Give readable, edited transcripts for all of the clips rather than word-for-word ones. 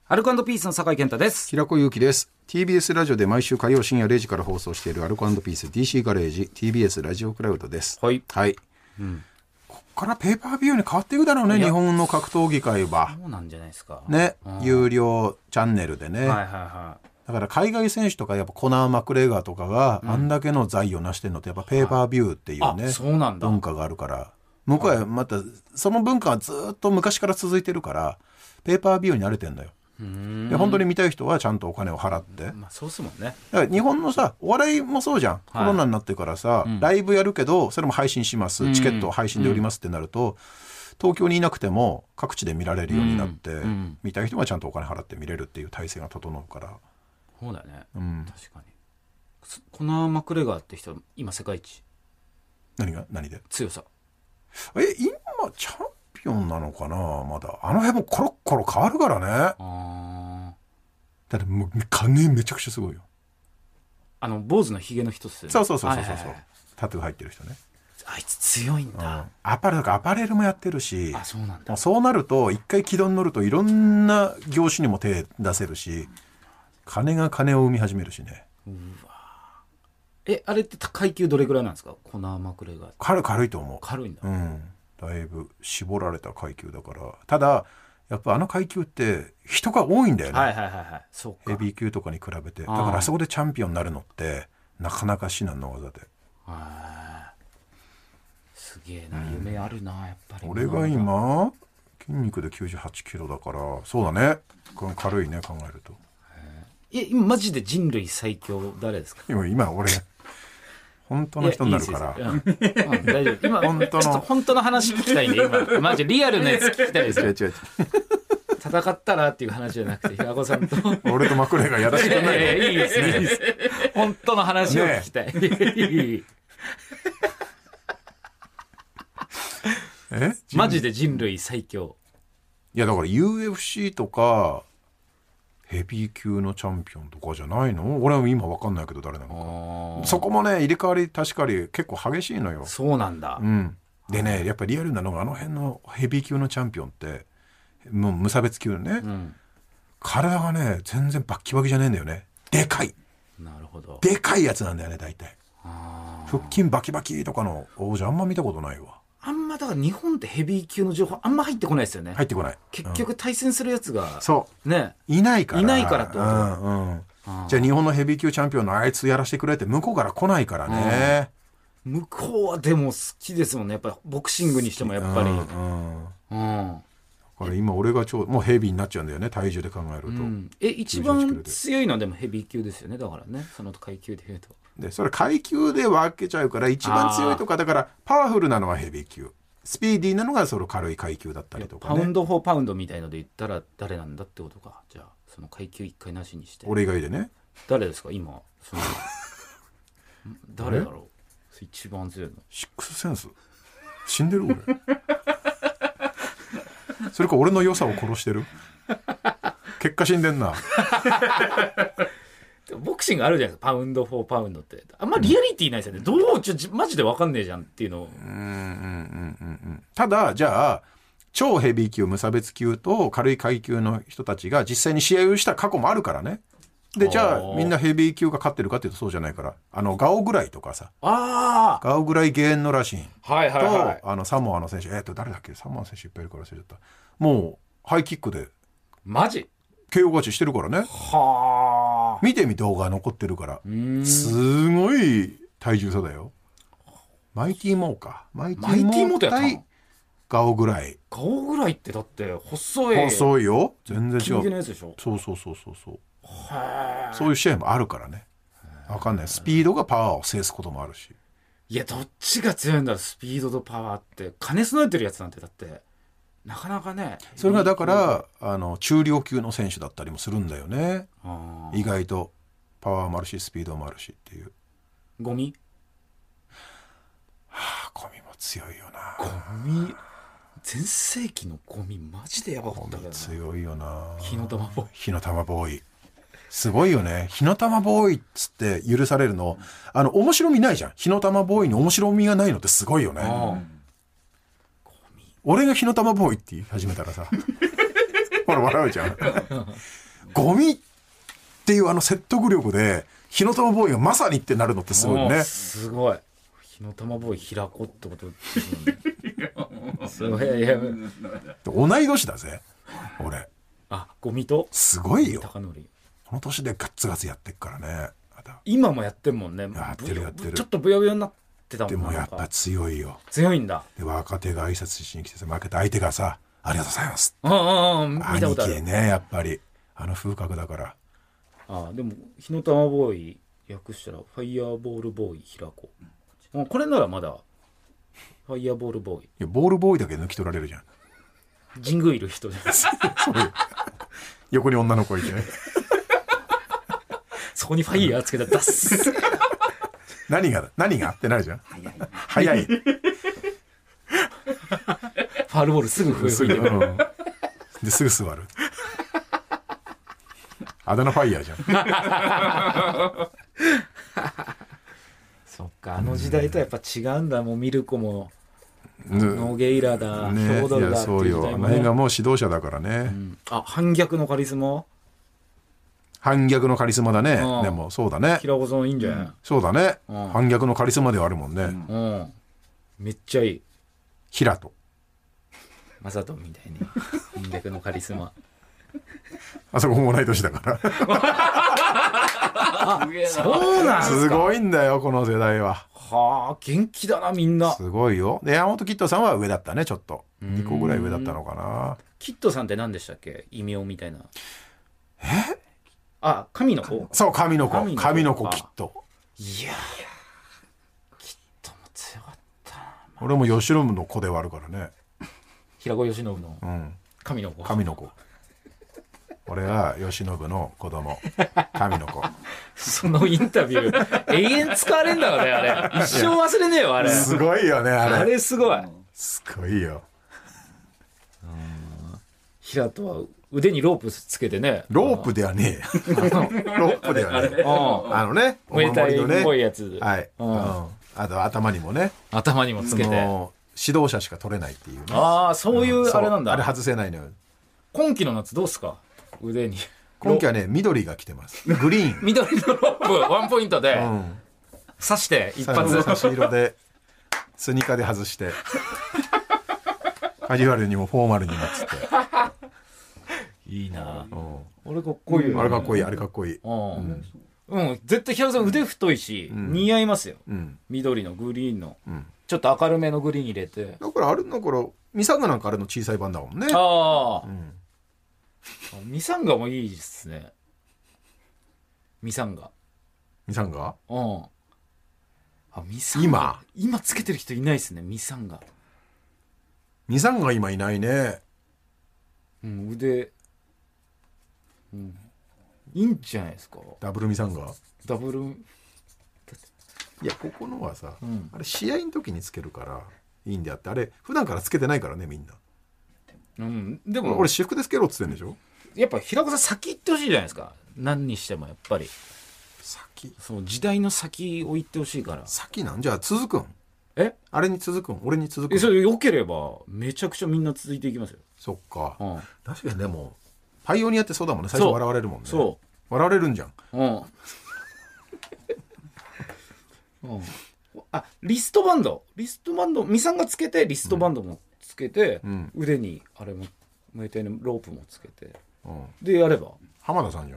アルコ&ピースの酒井健太です。 平子祐希です。 TBS ラジオで毎週火曜深夜0時から放送しているアルコ&ピース DC ガレージ TBS ラジオクラウドです。 はい、 はい。こっからペーパービューに変わっていくだろうね、日本の格闘技界は。 そうなんじゃないですかね、有料チャンネルでね、 はいはいはい。 だから海外選手とかやっぱコナー・マクレガーとかがあんだけの財を成してるのってやっぱペーパービューっていうね、 そうなんだ。 文化があるから、向こうはまたその文化はずっと昔から続いてるからペーパービューに慣れてんだよ。で本当に見たい人はちゃんとお金を払って、 そうっすもんね。 だから日本のさお笑いもそうじゃん、コロナになってからさ、ライブやるけどそれも配信します、チケットを配信で売りますってなると、東京にいなくても各地で見られるようになって、見たい人はちゃんとお金払って見れるっていう体制が整うから。 そうだね、確かに。コナー・マクレガーって人今世界一。 何で強さ。 今チャンピオンなのかな。まだあの辺もコロッコロ変わるからね。だってもう金めちゃくちゃすごいよ。 坊主のヒゲの人っすよね。 そう、タトゥー入ってる人ね。 あいつ強いんだ。 アパレルもやってるし。 そうなんだ。 もうそうなると一回軌道に乗るといろんな業種にも手出せるし、金が金を生み始めるしね。 うわ。あれって階級どれぐらいなんですか、コナー・マクレガー。 軽いと思う。 軽いんだ。 だいぶ絞られた階級だから。ただやっぱあの階級って人が多いんだよね。 そうか。 ヘビー級とかに比べて。だからあそこでチャンピオンになるのってなかなか至難の技で。 すげえな、夢あるなやっぱり。 俺が今筋肉で98キロだから、そうだね、軽いね考えると。 今マジで人類最強誰ですか。 今俺本当の人になるから。 大丈夫。今本当の話聞きたいんで、今マジリアルなやつ聞きたいですよ。 違う戦ったらっていう話じゃなくて、平子さんと俺とマクレがやらせてくれない。 いいですね。本当の話を聞きたい。マジで人類最強。 いやだから UFC とかヘビー級のチャンピオンとかじゃないの。俺は今分かんないけど誰なのか。そこもね入れ替わり確かに結構激しいのよ。 そうなんだ。 でね、やっぱりリアルなのがあの辺のヘビー級のチャンピオンってもう無差別級ね、体がね全然バッキバキじゃねえんだよね。でかい。 なるほど。 でかいやつなんだよね大体。腹筋バキバキとかの王者あんま見たことないわ。 あんまだから日本ってヘビー級の情報あんま入ってこないですよね。 入ってこない。 結局対戦するやつが、 そうね、 いないからってこと。 じゃあ日本のヘビー級チャンピオンのあいつやらせてくれって向こうから来ないからね。 向こうはでも好きですもんね、やっぱボクシングにしてもやっぱり。 だから今俺がもうヘビーになっちゃうんだよね、体重で考えると。 一番強いのはでもヘビー級ですよね。だからね、その階級でいうと。 でそれ階級で分けちゃうから、一番強いとかだからパワフルなのはヘビー級、スピーディーなのがその軽い階級だったりとかね。 パウンド・フォー・パウンドみたいので言ったら誰なんだってことか。じゃあその階級一回なしにして。 俺以外でね。 誰ですか今その誰だろう一番強いの。 シックスセンス死んでる俺それか俺の良さを殺してる結果死んでんなボクシングあるじゃないですか、パウンド・フォー・パウンドって。あんまリアリティないですよね。どうマジで分かんねえじゃんっていうのを。 ただじゃあ超ヘビー級無差別級と軽い階級の人たちが実際に試合をした過去もあるからね。でじゃあみんなヘビー級が勝ってるかっていうとそうじゃないから、ガオグライとかさ、ガオグライゲーンノラシンと、サモアの選手、誰だっけ、サモアの選手いっぱいいるから忘れちゃった。もうハイキックでマジ KO 勝ちしてるからね。見てみ、動画残ってるから。すごい体重差だよ。マイティモーか。マイティモー対ガオグライ。 ガオグライってだって細いよ。全然違う。 のやつでしょ。 そういう試合もあるからね。分かんない。スピードがパワーを制すこともあるし。 いやどっちが強いんだろう。スピードとパワーって兼ね備えてるやつなんてだってなかなかね。 それがだから中量級の選手だったりもするんだよね。意外とパワーもあるしスピードもあるしっていう。 ゴミゴミも強いよな。 ゴミ全盛期のゴミマジでやばかったけどな。 強いよな。 火の玉ボーイ。 火の玉ボーイすごいよね。火の玉ボーイっつって許されるの、面白みないじゃん。火の玉ボーイに面白みがないのってすごいよね。俺が火の玉ボーイって言い始めたらさほら笑うじゃん。ゴミっていう説得力で火の玉ボーイがまさにってなるのってすごいね。 すごい。火の玉ボーイ平子ってことですね。すごい。いや同い年だぜ俺。 あ、ゴミとすごいよ。 高則。 この年でガッツガツやってっからね。 今もやってんもんね。 やってるやってる。 ちょっとブヨブヨになってたもん。 でもやっぱ強いよ。 強いんだ。 で若手が挨拶しに来てさ、負けた相手がさ、ありがとうございます。 見たことある。 兄貴ね、やっぱり風格だから。 でも火の玉ボーイ訳したらファイヤーボールボーイ平子。これならまだファイヤーボールボーイ。 いやボールボーイだけ抜き取られるじゃん。 神宮いる人じゃないですか。 横に女の子いてね。 そこにファイヤーつけたら出す。 何がってなるじゃん。早い。 ファールボールすぐ吹いてくる。 ですぐ座る。あだ名ファイヤーじゃん。 そっか、あの時代とやっぱ違うんだ。もうミルコもノゲイラだ、ヒョードルだっていう時代もね。 あの辺がもう指導者だからね。 反逆のカリスマ。 反逆のカリスマだね。でもそうだね。 平子さんいいんじゃない？ そうだね。反逆のカリスマではあるもんね。 めっちゃいい。 平戸マサトみたいに反逆のカリスマ。 あそこも同い年だから。 そうなんすごいんだよこの世代は。 はあ、元気だなみんな。 すごいよ。で山本キッドさんは上だったね。ちょっと2個ぐらい上だったのかな。 キッドさんって何でしたっけ？異名みたいな。神の子。 そう、神の子キッド。 いやキッドも強かったな。 俺も吉野の子ではあるからね。 平子由伸の神の子。 神の子。俺は慶喜の子供、神の子。 そのインタビュー永遠使われんだろうねあれ。一生忘れねえよあれ。 すごいよねあれ。 あれすごい。 すごいよ。 平戸は腕にロープつけてね。 ロープではねえ。ロープではねえ。あのね、 お守りのね、っぽいやつ。 はい。あと頭にもね。 頭にもつけて。 指導者しか取れないっていうね。 そういうあれなんだ。 あれ外せないのよ。 今季の夏どうすか？腕に。 今季はね、緑が来てます。グリーン。 緑のロープワンポイントで刺して一発。 差し色でスニーカーで外してカジュアルにもフォーマルにもつって。 いいな。俺かっこいい。 あれかっこいい。あれかっこいい。 絶対平田さん腕太いし似合いますよ。緑のグリーンのちょっと明るめのグリーン入れて。 だからあれの頃ミサンガなんかあれの小さい版だもんね。 ミサンガもいいですね。ミサンガ。 ミサンガ？ ミサンガ。今つけてる人いないですね。ミサンガ。 ミサンガ今いないね。 腕。いいんじゃないですか。 ダブルミサンガ。 ダブル。 いやここのはさ、あれ試合の時につけるからいいんであって、あれ普段からつけてないからねみんな。 でも俺私服でつけろっつってんでしょ。 やっぱ平子さん先行ってほしいじゃないですか。何にしてもやっぱりそう時代の先を行ってほしいから。 先なんじゃあ続くん？あれに続くん？俺に続くん？ それ良ければめちゃくちゃみんな続いていきますよ。 そっか、確かに。でもパイオニアってそうだもんね。最初笑われるもんね。そう笑われるんじゃん。 リストバンドミサンがつけてリストバンドもつけて、腕にあれもメテのロープもつけて、でやれば浜田さんじゃん。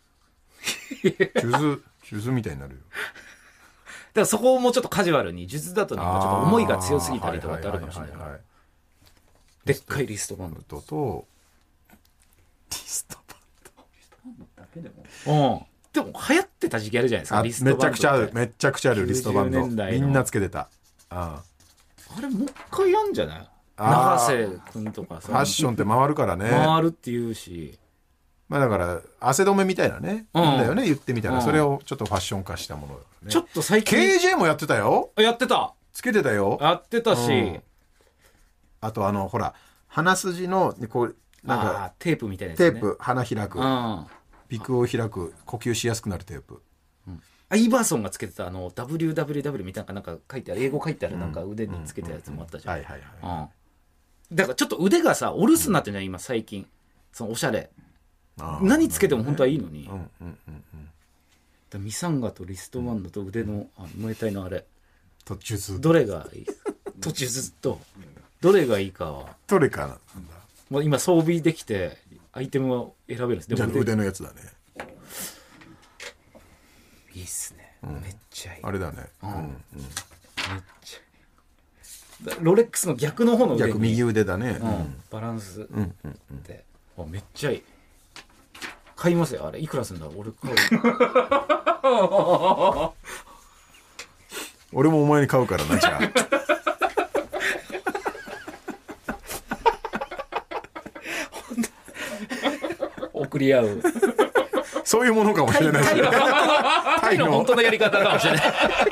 数珠みたいになるよ。 だからそこをもうちょっとカジュアルに、術だとなんかちょっと思いが強すぎたりとかってあるかもしれない。でっかいリストバンドとリストバンドだけでもでも流行ってた時期あるじゃないですか。リストバンドめちゃくちゃあるリストバンド。みんなつけてた。あれもう一回やんじゃない？永瀬君とかさ。 ファッションって回るからね。 回るって言うし、 まあだから汗止めみたいなね、だよね言ってみたら、それをちょっとファッション化したもの、 ちょっと最近 KJ もやってたよ。 やってた。 つけてたよ。 やってたし、 あとほら鼻筋のこうなんかテープみたいなやつね。 テープ鼻開く、鼻腔を開く、呼吸しやすくなるテープ。 アイバーソンがつけてたWWW みたいななんか書いてある、英語書いてあるなんか腕につけたやつもあったじゃん。だからちょっと腕がさお留守になってるじゃん今最近。 そのおしゃれ何つけても本当はいいのに、ミサンガとリストバンドと腕のムエタイのあれと術どれがいいと術とどれがいいかはどれかなんだ。 もう今装備できてアイテムを選べるんです。でもじゃあ腕のやつだね。 いいっすね、めっちゃいいあれだね、 めっちゃいい。ロレックスの逆の方の腕に逆右腕だね、 バランスって、めっちゃいい。買いますよあれ。いくらするんだろう俺買う俺もお前に買うからなじゃあ送り合うそういうものかもしれないですね。 タイの本当のやり方かもしれない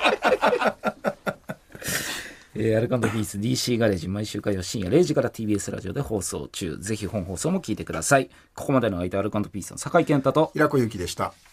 アルカンドピース DC ガレージ毎週火曜深夜0時から TBS ラジオで放送中。ぜひ本放送も聞いてください。ここまでの相手アルカンドピースの酒井健太と平子ゆきでした。